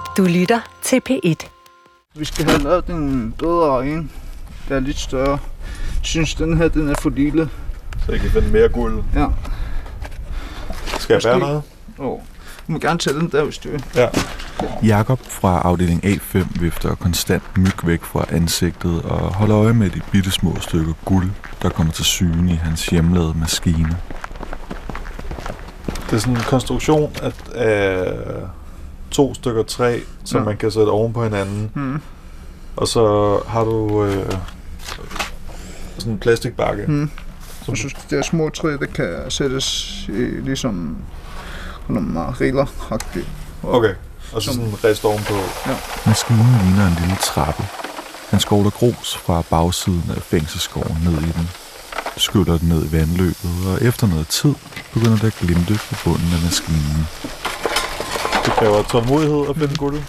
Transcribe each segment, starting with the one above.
Du lytter til P1. Vi skal have lavet en bedre en, der er lidt større. Jeg synes, den her den er for lille. Så jeg kan finde mere guld? Ja. Skal jeg bære noget? Du må gerne tage den der, hvis du vil. Ja. Jakob fra afdeling A5 vifter konstant myg væk fra ansigtet og holder øje med de bittesmå stykker guld, der kommer til syne i hans hjemlavede maskine. Det er sådan en konstruktion af 2 stykker træ, som man kan sætte oven på hinanden. Mm. Og så har du sådan en plastikbakke. Mm. Og så det er små træ, der kan sættes i ligesom nogle riller-agtigt. Okay, og så sådan en rest ovenpå. Ja. Maskinen ligner en lille trappe. Han skovler grus fra bagsiden af fængselsgården ned i den, skyller den ned i vandløbet, og efter noget tid begynder det at glimte på bunden af maskinen. Det kræver tålmodighed at finde guld.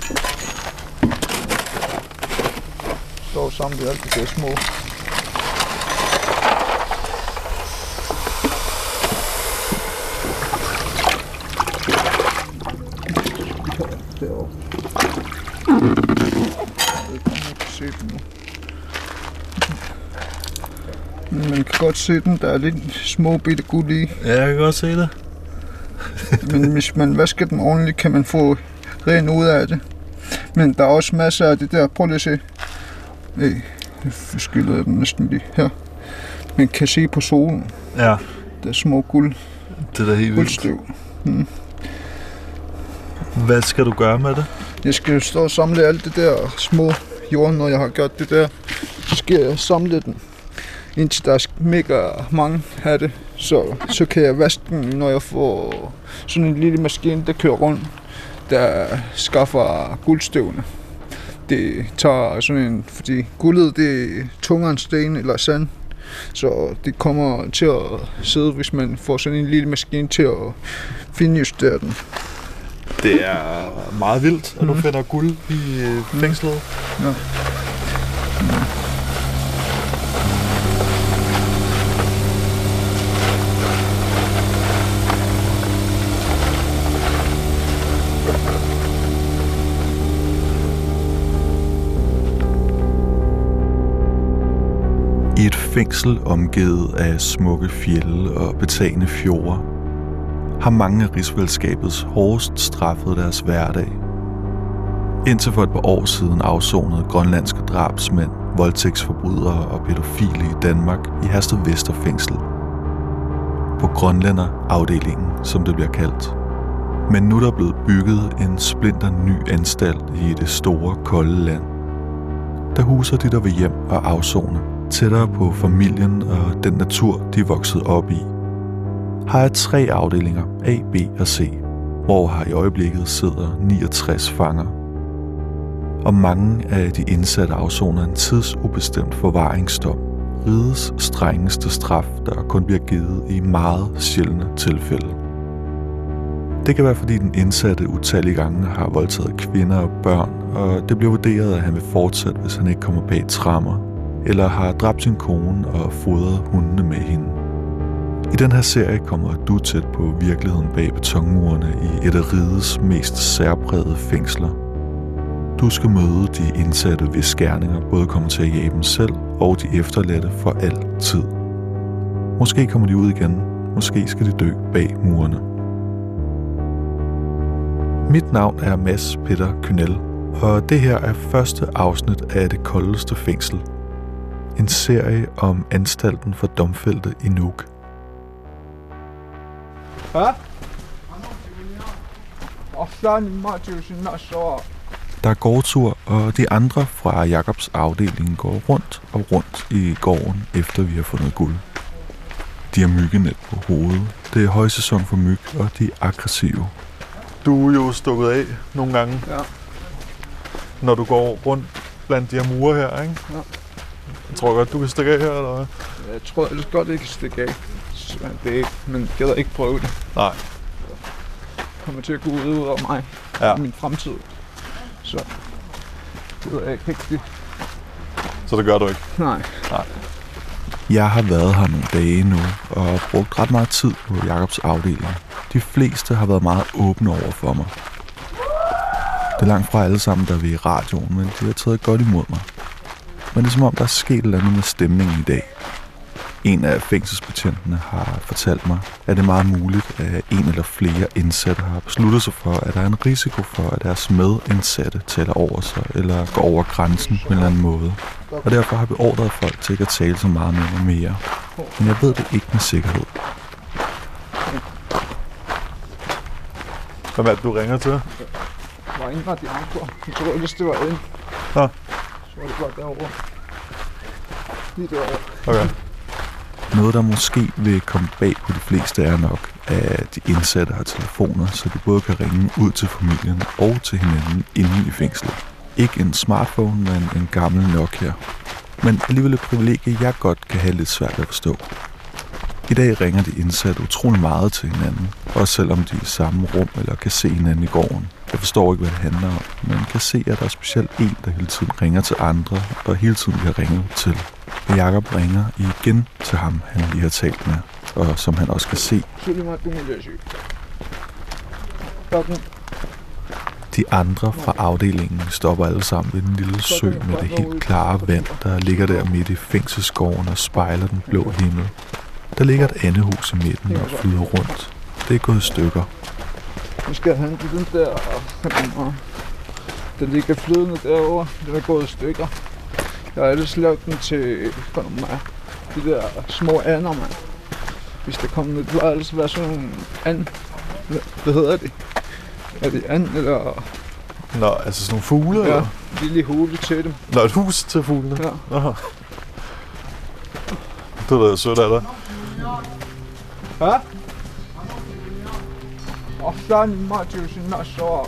Står sammen med alt det der små. Derovre. Man kan godt se den, der er lidt små bitte guld i. Ja, jeg kan godt se det. Men hvis man vasker den ordentligt, kan man få ren ud af det. Men der er også masser af det der. Prøv lige at se. Jeg skyllede den næsten lige her. Man kan se på solen. Ja. Der er små guld. Det er da helt guldstøv. vildt. Hvad skal du gøre med det? Jeg skal stå og samle alt det der små jord, når jeg har gjort det der. Så skal jeg samle den, indtil der er mega mange af det. Så kan jeg vaske den, når jeg får sådan en lille maskine, der kører rundt, der skaffer guldstøvene. Det tager sådan en, fordi guldet det er tungere end sten eller sand, så det kommer til at sidde, hvis man får sådan en lille maskine til at finjustere den. Det er meget vildt, at du finder guld i fængslet. Ja. I et fængsel omgivet af smukke fjelde og betagende fjorde, har mange af rigsfællesskabets hårdest straffet deres hverdag. Indtil for et par år siden afsonede grønlandske drabsmænd, voldtægtsforbrydere og pædofile i Danmark i Herstedvester Fængsel. På Grønlænderafdelingen, som det bliver kaldt. Men nu er der blevet bygget en splinter ny anstalt i det store, kolde land. Der huser de, der vil hjem og afsone, tættere på familien og den natur, de er vokset op i. Har jeg 3 afdelinger, A, B og C, hvor her i øjeblikket sidder 69 fanger. Og mange af de indsatte afsoner en tidsubestemt forvaringsdom, rigets strengeste straf, der kun bliver givet i meget sjældne tilfælde. Det kan være, fordi den indsatte utallige gange har voldtaget kvinder og børn, og det bliver vurderet, at han vil fortsætte, hvis han ikke kommer bag tremmer, eller har dræbt sin kone og fodret hundene med hende. I den her serie kommer du tæt på virkeligheden bag betonmurene i et af rigets mest særprægede fængsler. Du skal møde de indsatte, hvis gerninger både kommer til at jage dem selv og de efterladte for altid. Måske kommer de ud igen, måske skal de dø bag murene. Mit navn er Mads Peter Kynel, og det her er første afsnit af Det koldeste fængsel. En serie om anstalten for domfældte i Nuuk. Der er gårdtur, og de andre fra Jakobs afdeling går rundt og rundt i gården, efter vi har fundet guld. De har myggenet på hovedet. Det er højsæson for myg, og de er aggressive. Du er jo stukket af nogle gange, når du går rundt blandt de her mure her, ikke? Ja. Jeg tror godt, du kan stikke af her, eller hvad? Jeg tror ellers godt, jeg kan stikke af. Det er ikke, men jeg gider ikke prøve det. Nej. Det kommer til at gå ud over mig i min fremtid. Så det ved jeg ikke rigtigt. Så det gør du ikke? Nej. Jeg har været her nogle dage nu og brugt ret meget tid på Jakobs afdeling. De fleste har været meget åbne over for mig. Det er langt fra alle sammen, der vil i radioen, men de har taget godt imod mig. Men det er som om, der er sket et eller andet med stemningen i dag. En af fængselsbetjentene har fortalt mig, at det er meget muligt, at en eller flere indsatte har besluttet sig for, at der er en risiko for, at deres medindsatte taler over sig eller går over grænsen på en eller anden måde. Og derfor har beordret folk til ikke at tale så meget med mig mere. Men jeg ved det ikke med sikkerhed. Hvem er det, du ringer til? Der var ingen radiator. Jeg tror, hvis det var en, så var det godt derovre. Lige derovre. Okay. Noget, der måske vil komme bag på de fleste, er nok, at de indsatte har telefoner, så de både kan ringe ud til familien og til hinanden inde i fængslet. Ikke en smartphone, men en gammel Nokia. Men alligevel et privilegie, jeg godt kan have lidt svært at forstå. I dag ringer de indsatte utrolig meget til hinanden, også selvom de er i samme rum eller kan se hinanden i gården. Jeg forstår ikke, hvad det handler om, men kan se, at der er specielt en, der hele tiden ringer til andre, og hele tiden bliver ringet til. Og Jakob ringer igen til ham, han lige har talt med, og som han også kan se. De andre fra afdelingen stopper alle sammen ved den lille sø med det helt klare vand, der ligger der midt i fængselsgården og spejler den blå himmel. Der ligger et andehus i midten og flyder rundt. Det er gået i stykker. Nu skal jeg hente den der, og den ligger flydende derovre. Den er gået i stykker. Jeg har ellers lavet den til de der små ander, mand. Hvis der kommer lidt, vil ellers være sådan en and. Hvad hedder det? Er det and, eller? Nå, altså sådan nogle fugle, ja, eller? Ja, lille hule til dem. Nå, et hus til fuglene? Ja. Aha. Det er da sødt af dig. Hvad? Og så er den meget tusind, og så...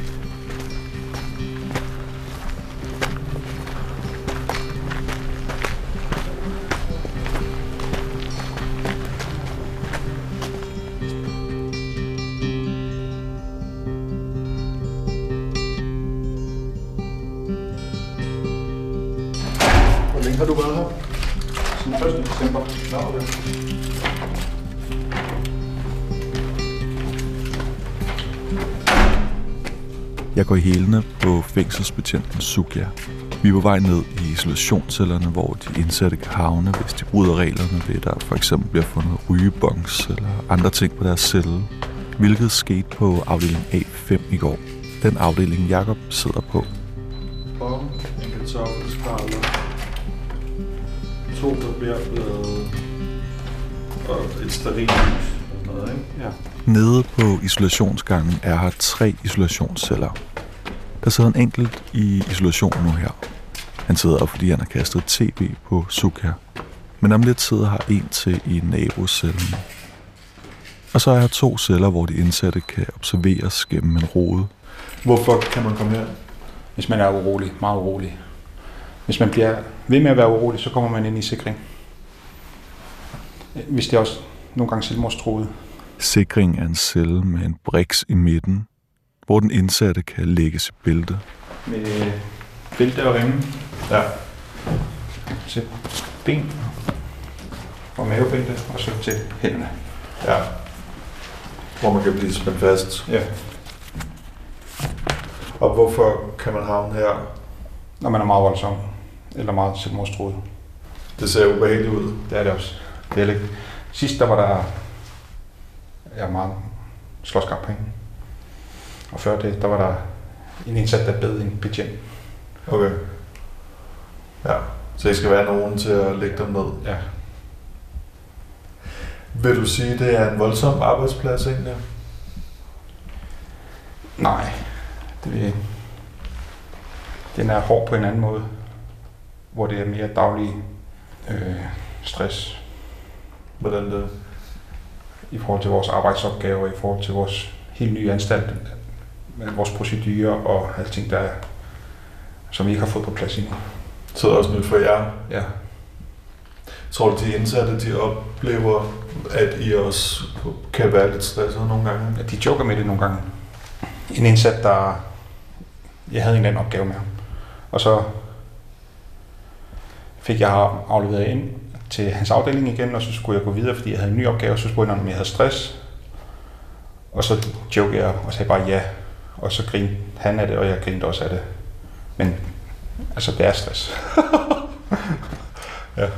Hvor længe har du været her? Siden 1. december. Nå, okay. Jeg går i hælene på fængselsbetjenten Sukja. Vi er på vej ned i isolationscellerne, hvor de indsatte kan havne, hvis de bryder reglerne ved, der for eksempel bliver fundet rygebongs eller andre ting på deres celle, hvilket skete på afdeling A5 i går. Den afdeling, Jakob sidder på. Og en kartoffelskralder, 2 barberblade og et stearinlys og sådan noget, ikke? Ja. Nede på isolationsgangen er her 3 isolationsceller. Der sidder en enkelt i isolation nu her. Han sidder op, fordi han har kastet tv på Sukja. Men om lidt sidder her en til i nabocellen. Og så er her 2 celler, hvor de indsatte kan observeres gennem en rode. Hvorfor kan man komme her? Hvis man er urolig, meget urolig. Hvis man bliver ved med at være urolig, så kommer man ind i sikring. Hvis det er også nogle gange selvmordstruet. Sikring er en celle med en briks i midten, hvor den indsatte kan lægges i bælte. Med bælte og remme. Ja. Til ben og mavebælte, og så til hænderne. Ja. Hvor man kan blive spændt fast. Ja. Og hvorfor kan man havne her? Når man er meget voldsom, eller meget selvmordstruet. Det ser ubehageligt ud. Det er det også. Det er ikke. Sidst der var der meget slåskamp, ikke? Og før det, der var der en indsat, der bed en betjent. Okay. Ja, så I skal være nogen til at lægge dem ned. Ja. Vil du sige, det er en voldsom arbejdsplads egentlig? Nej, det vil jeg ikke. Den er hård på en anden måde, hvor det er mere daglig stress. Hvordan det? I forhold til vores arbejdsopgaver, i forhold til vores helt nye anstalt, med vores procedurer og alting, der er, som vi ikke har fået på plads endnu. Så er det også nyt for jer? Ja. Tror du, de indsatte, de oplever, at I også kan være lidt stresset nogle gange? De joker med det nogle gange. En indsat, der... Jeg havde en anden opgave med ham. Og så fik jeg afleveret ind til hans afdeling igen, og så skulle jeg gå videre, fordi jeg havde en ny opgave, og så spurgte han, om jeg havde stress. Og så jokede jeg og sagde bare ja. Og så grinede han af det, og jeg grinede også af det. Men altså, det er stress. Ja.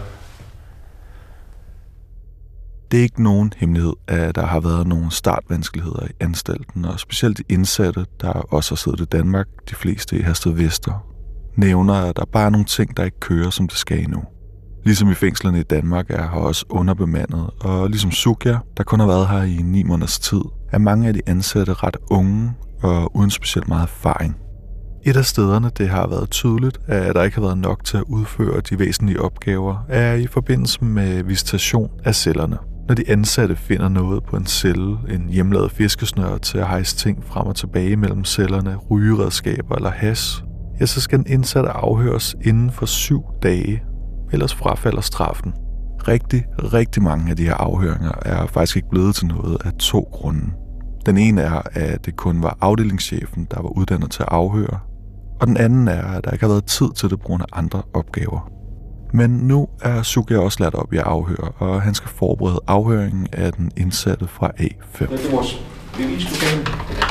Det er ikke nogen hemmelighed, at der har været nogle startvanskeligheder i anstalten, og specielt de indsatte, der også har siddet i Danmark, de fleste i Herstedvester, nævner, at der bare er nogle ting, der ikke kører, som det skal endnu. Ligesom i fængslerne i Danmark er her også underbemandet, og ligesom Sukja, der kun har været her i 9 måneders tid, er mange af de ansatte ret unge og uden specielt meget erfaring. Et af stederne, det har været tydeligt, at der ikke har været nok til at udføre de væsentlige opgaver, er i forbindelse med visitation af cellerne. Når de ansatte finder noget på en celle, en hjemmelavet fiskesnør til at hejse ting frem og tilbage mellem cellerne, rygeredskaber eller hash, ja, så skal den indsatte afhøres inden for 7 dage, ellers frafalder straffen. Rigtig mange af de her afhøringer er faktisk ikke blevet til noget af 2 grunde. Den ene er, at det kun var afdelingschefen, der var uddannet til at afhøre, og den anden er, at der ikke har været tid til det på grund af andre opgaver. Men nu er Sukja også lært op i at afhøre, og han skal forberede afhøringen af den indsatte fra A5. Det er vores bevislokale.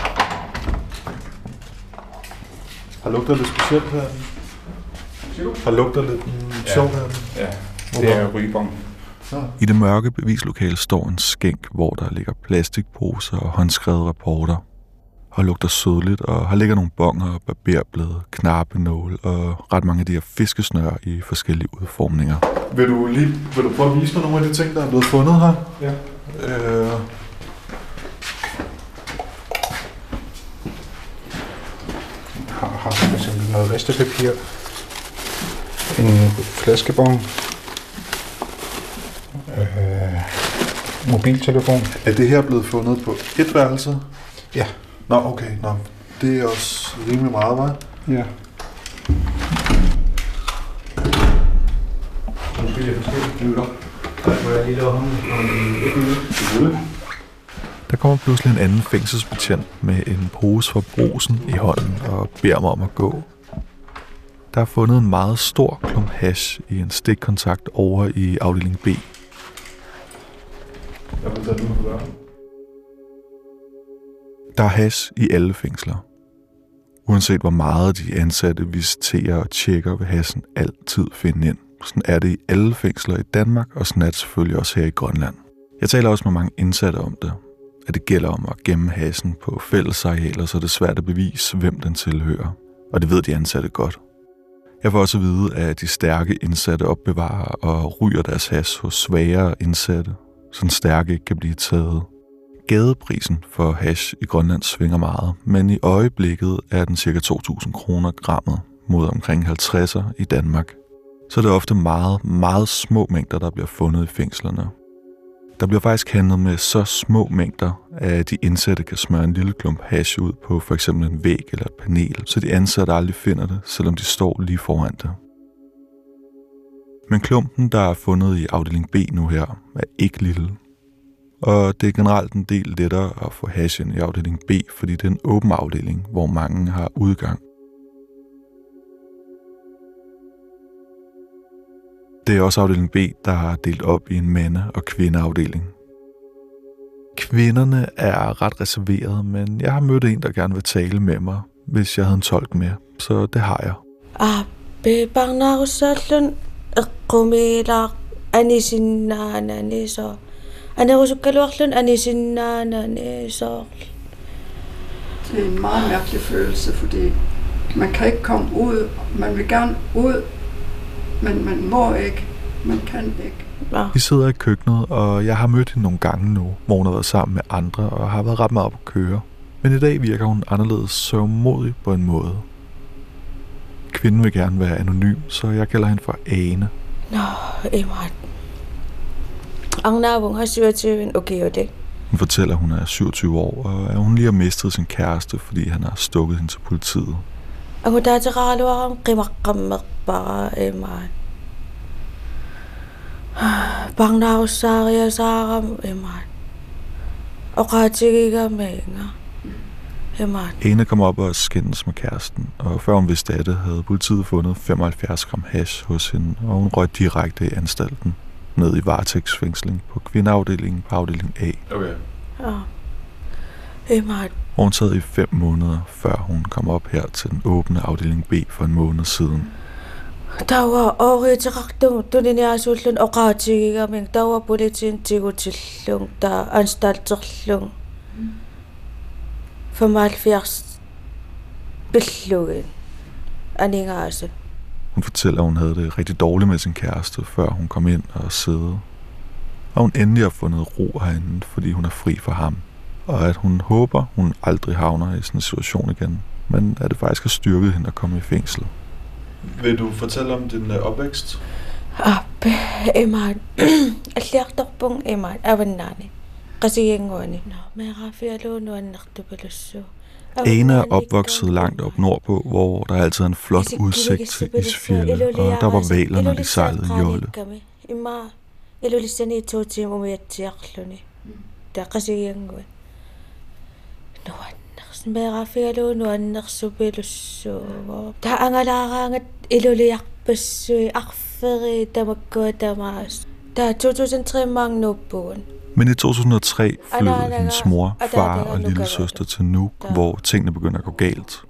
Har lugter lidt specielt her? Har lugter lidt sjov her? Ja, det er rygebong. I det mørke bevislokale står en skænk, hvor der ligger plastikposer og håndskrevede rapporter. Og lugter sødligt, og her ligger nogle bonger, barberblade, knappenål og ret mange af de her fiskesnøre i forskellige udformninger. Vil du prøve at vise mig nogle af de ting, der er blevet fundet her? Ja. Har for eksempel noget ristepapir, en flaskebong, mobiltelefon. Er det her blevet fundet på et værelse? Ja. Nå, okay. Nå, det er også rimelig meget, hva'? Ja. Der kommer pludselig en anden fængselsbetjent med en pose fra Brugsen i hånden og beder mig om at gå. Der er fundet en meget stor klump hash i en stikkontakt over i afdeling B. Der er hash i alle fængsler. Uanset hvor meget de ansatte visiterer og tjekker, vil hashen altid finde ind. Sådan er det i alle fængsler i Danmark, og sådan er det selvfølgelig også her i Grønland. Jeg taler også med mange indsatte om det, at det gælder om at gemme hashen på fællesarealer, så det er svært at bevise, hvem den tilhører. Og det ved de ansatte godt. Jeg får også at vide, at de stærke indsatte opbevarer og ryger deres hash hos svagere indsatte, så den stærke ikke kan blive taget. Gadeprisen for hash i Grønland svinger meget, men i øjeblikket er den ca. 2.000 kroner grammet mod omkring 50'er i Danmark. Så er det ofte meget små mængder, der bliver fundet i fængslerne. Der bliver faktisk handlet med så små mængder, at de indsatte kan smøre en lille klump hash ud på for eksempel en væg eller et panel, så de ansatte aldrig finder det, selvom de står lige foran det. Men klumpen, der er fundet i afdeling B nu her, er ikke lille. Og det er generelt en del lettere at få hashen i afdeling B, fordi det er en åben afdeling, hvor mange har udgang. Det er også afdeling B, der er delt op i en mande- og kvindeafdeling. Kvinderne er ret reserverede, men jeg har mødt en, der gerne vil tale med mig, hvis jeg havde en tolk med, så det har jeg. Det er en meget mærkelig følelse, fordi man kan ikke komme ud. Man vil gerne ud, men man må ikke. Man kan ikke. Ja. Vi sidder i køkkenet, og jeg har mødt hende nogle gange nu, hvor hun har været sammen med andre og har været ret meget op at køre. Men i dag virker hun anderledes sørgmodig på en måde. Kvinden vil gerne være anonym, så jeg kalder hende for Ane. Hun fortæller, at hun er 27 år, og at hun lige har mistet sin kæreste, fordi han har stukket hende til politiet. Ane kom op og skændes med kæresten, og før hun vidste af det, havde politiet fundet 75 gram hash hos hende, og hun røg direkte i anstalten, ned i varetægtsfængsling på kvindeafdelingen på afdeling A. Okay. Hvor hun sad i 5 måneder, før hun kom op her til den åbne afdeling B for en måned siden. Tawa oritaqartu tuniniasuullun oqaatigigaming tawa politiintiguutillung ta anstalterlung formalfirs billugin aningaase. Hun fortæller, at hun havde det rigtig dårligt med sin kæreste, før hun kom ind og sidde. Og hun endelig har fundet ro herinde, fordi hun er fri for ham. Og at hun håber, hun aldrig havner i sådan en situation igen. Men at det faktisk har styrket hende at komme i fængsel. Vil du fortælle om din opvækst? Eman. Alliartorpung eman avannani. Qasiyenguani. Ane er opvokset langt op nordpå, hvor der altid er en flot udsigt til isfjelde, og der var hvaler, når de sejlede i jolle. Men i 2003 flyttede hendes mor, far og lille søster til Nuuk, hvor tingene begynder at gå galt.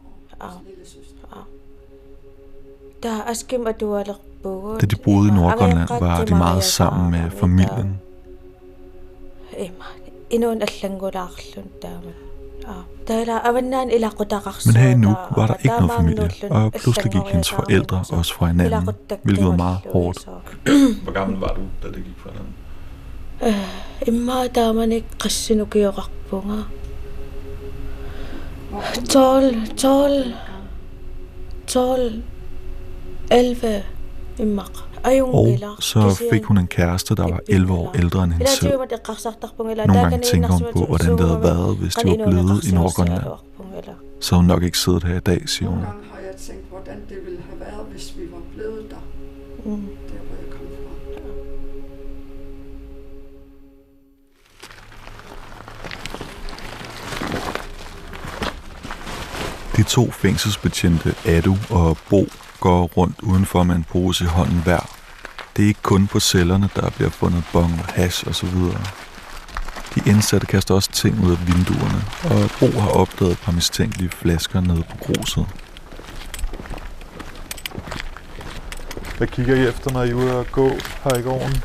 Da de boede i Nordgrønland, var de meget sammen med familien. Men her i Nuuk var der ikke noget familie, og pludselig gik hendes forældre også fra hinanden, hvilket var meget hårdt. Hvor gammel var du, da det gik fra hinanden? Imma daman ikke qassinukioqarpunga 12 11 immaq. Og så fik hun en kæreste, der var 11 år ældre end hende selv. Nogle gange tænker hun på, hvordan det havde været, hvis de var blevet i Nordgrønland. Så hun nok ikke siddet her i dag, siger hun. Nogle gange har jeg tænkt, hvordan det ville have været, hvis vi var blevet der. Der, hvor jeg kom fra. De 2 fængselsbetjente, Adu og Bo, går rundt udenfor med en pose i hånden hver. Det er ikke kun på cellerne, der bliver fundet bong, hash osv. De indsatte kaster også ting ud af vinduerne, og Bo har opdaget et par mistænkelige flasker nede på gruset. Hvad kigger I efter, når I er ude og gå her i gården?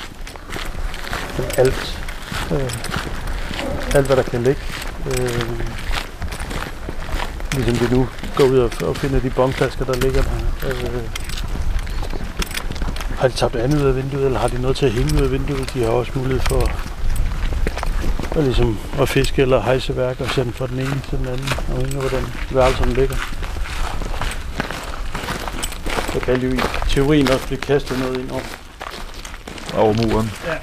Alt. Alt, hvad der kan ligge. Ligesom vi nu går ud og finder de bongflasker, der ligger der. Har de tabt andet ud af vinduet, eller har de noget til at hænge ud af vinduet? De har også mulighed for ligesom at fiske eller hejse værk og sende fra den ene til den anden, afhængig af hvordan værelserne ligger. Så kan jo i teorien også blive kastet noget ind over muren. Ja.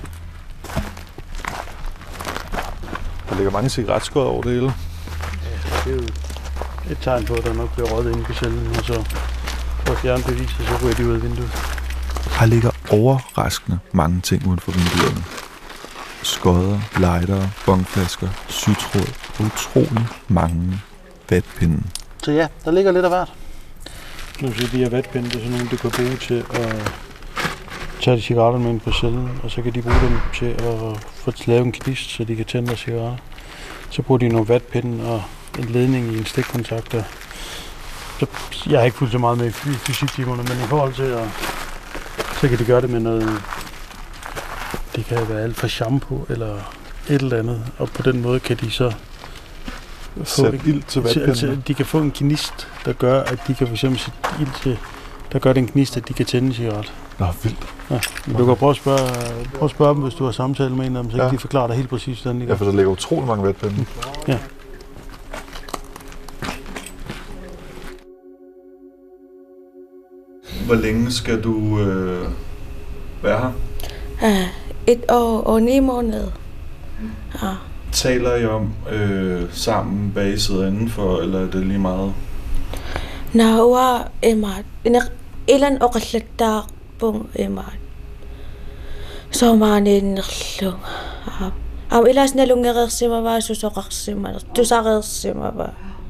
Der ligger mange cigaretskod over det hele. Ja, det er jo et tegn på, at der nok bliver røget inde på cellen, og så for at fjerne beviset, så ryger de ud af vinduet. Her ligger overraskende mange ting uden for vinduerne. Skodder, lightere, bongflasker, sytråd og utrolig mange vatpinde. Så ja, der ligger lidt af hvert. Nu siger de her vatpinde, det er sådan nogle, de kan bruge til at tage de cigaretterne med ind på cellen, og så kan de bruge dem til at få lavet en knist, så de kan tænde deres cigaretter. Så bruger de nogle vatpinde og en ledning i en stikkontakter. Så jeg har ikke fulgt så meget med i fysiktimerne, men i forhold til så kan de gøre det med noget. Det kan være alt fra shampoo eller et eller andet, og på den måde kan de så få ild til vatpinden. De kan få en gnist, der gør, at de kan for eksempel sætte ild til, der gør den gnist, at de kan tænde en cigaret. Nå, vildt. Ja, men du kan prøve at spørge dem, hvis du har samtale med en af dem, så kan de forklare dig helt præcis, hvordan de gør. Ja, for der ligger utrolig mange vatpinde. Ja. Hvor længe skal du være her? 1 år og 9 måneder. Ja. Taler I om sammen, hvad I sidder indenfor, eller er det lige meget? Nawa emat. Ilan oqallattar pung emat. Så manin nерлу. Am ilasna lungerersima susoqarsima. Tusarersima ba.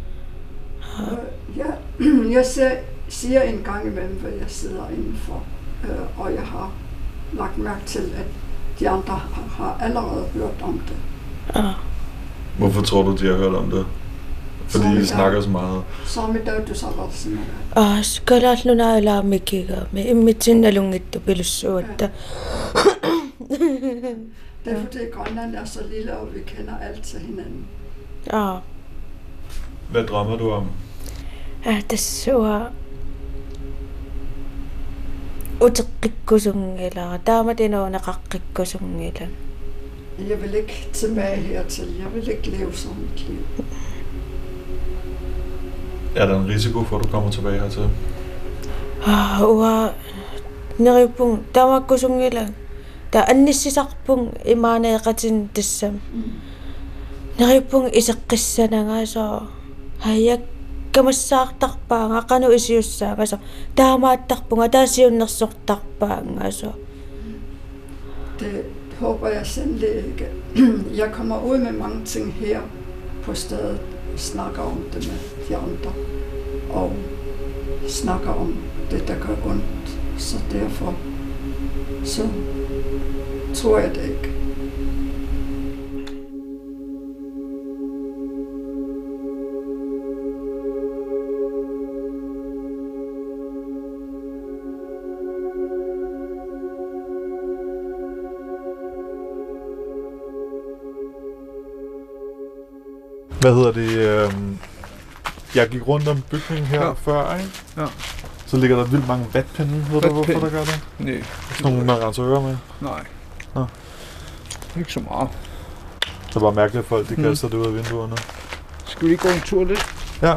Jeg siger en gang imellem, hvad jeg sidder indenfor, og jeg har lagt mærke til, at de andre har allerede hørt om det. Hvorfor tror du, de har hørt om det? Fordi I snakker så meget. Skalat luna ila mikiga. Me immitsin alungit bilussuatta. Det er fordi Grønland er så lille, og vi kender alt til hinanden. Ja. Hvad drømmer du om? Det så utrikkusungela. Dama det når nakakkusungela. Jeg vil ikke tilbage hertil. Jeg vil ikke leve sådan et liv. Er der en risiko for, at du kommer tilbage hertil? Neripung dama kusungela. Der annissisarpung imaneqatin tassam. Neripung isaqqissananga so hayak kamassaartarpaanga qanu isiussaanga so taamaattarpunga taasiunnersortarpaanga so. Det håber jeg sandelig ikke. Jeg kommer ud med mange ting her på stedet, snakker om det med de andre, og snakker om det, der gør ondt. Så derfor så tror jeg det ikke. Hvad hedder det? Jeg gik rundt om bygningen her før, ikke? Ja. Så ligger der vildt mange vatpinde. Ved du, hvorfor der gør det? Nej. Sådan nogle, man renser ører med? Nej. Nå. Ikke så meget. Det er bare mærkeligt, at folk de kaster det ud af vinduerne. Skal vi lige gå en tur lidt? Ja.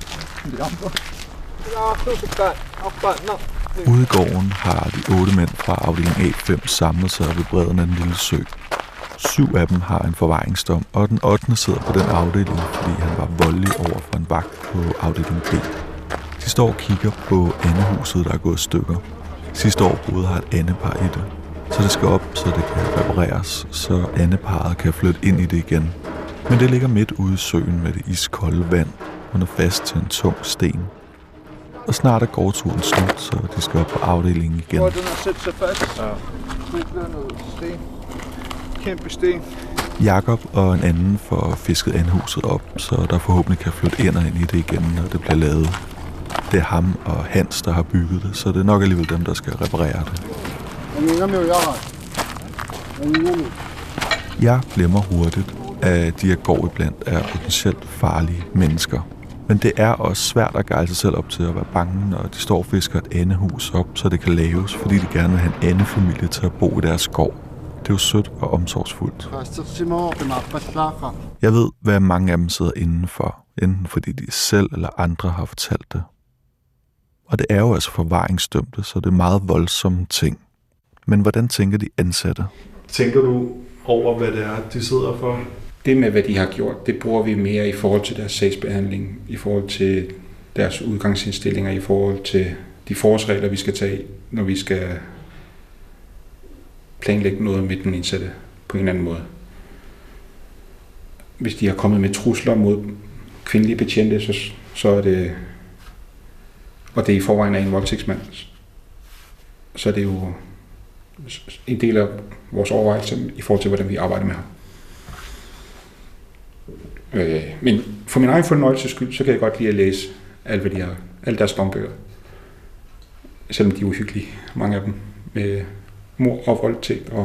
Ude i gården har de 8 mænd fra afdeling A5 samlet sig ved bredden af den lille sø. 7 af dem har en forvaringsdom, og den 8. sidder på den afdeling, fordi han var voldelig over for en vagt på afdeling B. De står og kigger på andehuset, der er gået i stykker. Sidste år boede har et andepar i det, så det skal op, så det kan repareres, så andeparret kan flytte ind i det igen. Men det ligger midt ude i søen med det iskolde vand, under fast til en tung sten. Og snart er gårdturen slut, så de skal op på afdelingen igen. Hvor den har sat sig fast. Ja. Det bliver noget sten. Kæmpe sten. Jakob og en anden får fisket andehuset op, så der forhåbentlig kan flytte ind i det igen, når det bliver lavet. Det er ham og Hans, der har bygget det, så det er nok alligevel dem, der skal reparere det. Jeg glemmer hurtigt, at de her gård iblandt er potentielt farlige mennesker. Men det er også svært at gejle sig selv op til at være bange, når de står og fisker et andehus op, så det kan laves, fordi de gerne vil have en andefamilie til at bo i deres skov. Det er jo sødt og omsorgsfuldt. Jeg ved, hvad mange af dem sidder indenfor, enten fordi de selv eller andre har fortalt det. Og det er jo altså forvaringsdømte, så det er meget voldsomme ting. Men hvordan tænker de ansatte? Tænker du over, hvad det er, de sidder for? Det med, hvad de har gjort, det bruger vi mere i forhold til deres sagsbehandling, i forhold til deres udgangsindstillinger, i forhold til de forholdsregler, vi skal tage, når vi skal planlægge noget med den indsatte på en eller anden måde. Hvis de har kommet med trusler mod kvindelige betjente, så er det, og det i forvejen er en voldtægtsmand, så er det jo en del af vores overvejelse i forhold til, hvordan vi arbejder med ham. Men for min egen fornøjelses skyld, så kan jeg godt lide at læse alle deres dombøger. Selvom de er uhyggelige, mange af dem, med mord og voldtægt og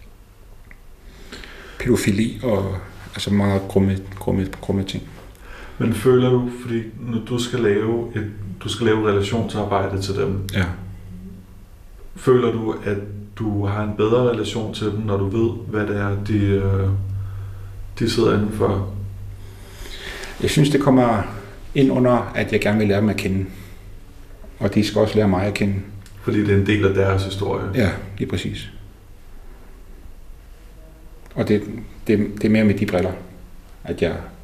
pædofili og altså meget grumme ting. Men føler du, fordi når du skal lave et relationsarbejde til dem, ja. Føler du, at du har en bedre relation til dem, når du ved, hvad det er, de sidder indenfor? Jeg synes, det kommer ind under, at jeg gerne vil lære dem at kende. Og de skal også lære mig at kende. Fordi det er en del af deres historie? Ja, lige præcis. Og det er mere med de briller, at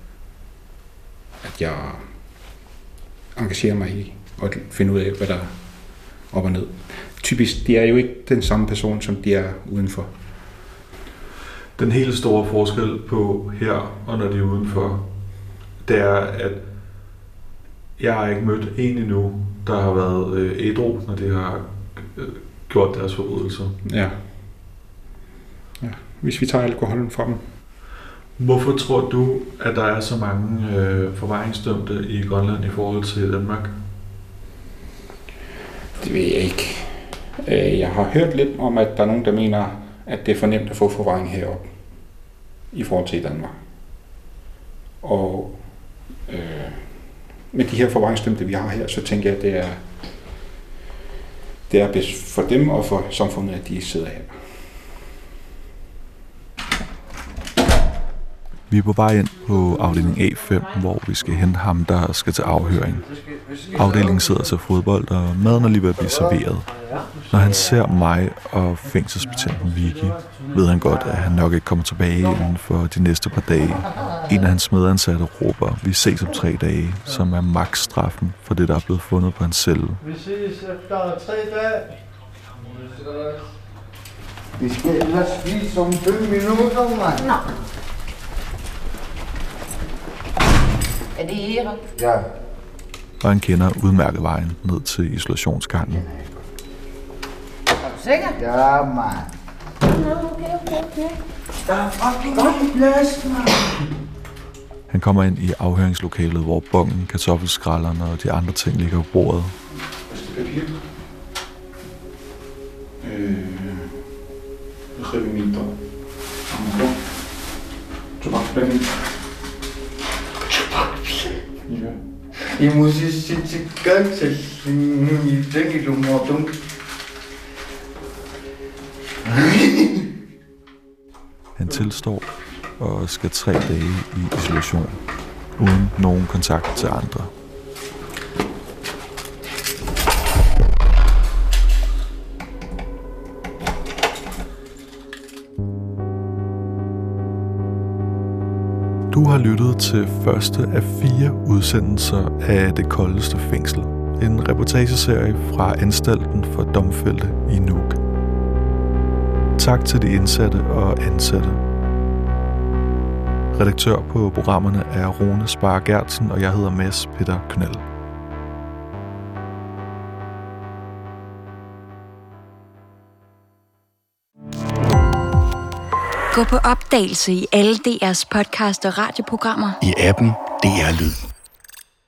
jeg engagerer mig i at finde ud af, hvad der er op og ned. Typisk, de er jo ikke den samme person, som de er udenfor. Den helt store forskel på her og når de er udenfor, det er, at jeg har ikke mødt en endnu, der har været ædru, når de har gjort deres forbrydelser. Ja. Hvis vi tager alkoholen fra dem. Hvorfor tror du, at der er så mange forvaringsdømte i Grønland i forhold til Danmark? Det ved jeg ikke. Jeg har hørt lidt om, at der er nogen, der mener, at det er for nemt at få forvaring heroppe i forhold til Danmark. Og med de her forvaringsdømte, vi har her, så tænker jeg, at det er bedst for dem og for samfundet, at de sidder her. Vi er på vej ind på afdeling A5, hvor vi skal hente ham, der skal til afhøring. Afdelingen sidder til fodbold, og maden er lige ved at blive serveret. Når han ser mig og fængselsbetjenten Vicky, ved han godt, at han nok ikke kommer tilbage inden for de næste par dage. En af hans medansatte råber, vi ses om 3 dage, som er maksstraffen for det, der er blevet fundet på hans celle. Vi ses efter 3 dage. Vi skal ellers spise om 5 minutter, mand. Nå. Er det Erik? Ja. Og han kender udmærket vejen ned til isolationsgangen. Er du sikker? Ja, mand. Okay. Der er fucking godt plads, mand. Han kommer ind i afhøringslokalet, hvor bongen, kartoffelskralderne og de andre ting ligger på bordet. Papir. Så vi mindre. Tobaksblanding. Ja. I musik til ganske i den du må dunk. Han tilstår og skal 3 dage i isolation, uden nogen kontakt til andre. Du har lyttet til første af 4 udsendelser af Det Koldeste Fængsel. En reportageserie fra anstalten for domfældte i Nuuk. Tak til de indsatte og ansatte. Redaktør på programmerne er Rune Spar Gertsen, og jeg hedder Mads Peter Knell. Gå på opdagelse i alle DR's podcast og radioprogrammer. I appen DR Lyd.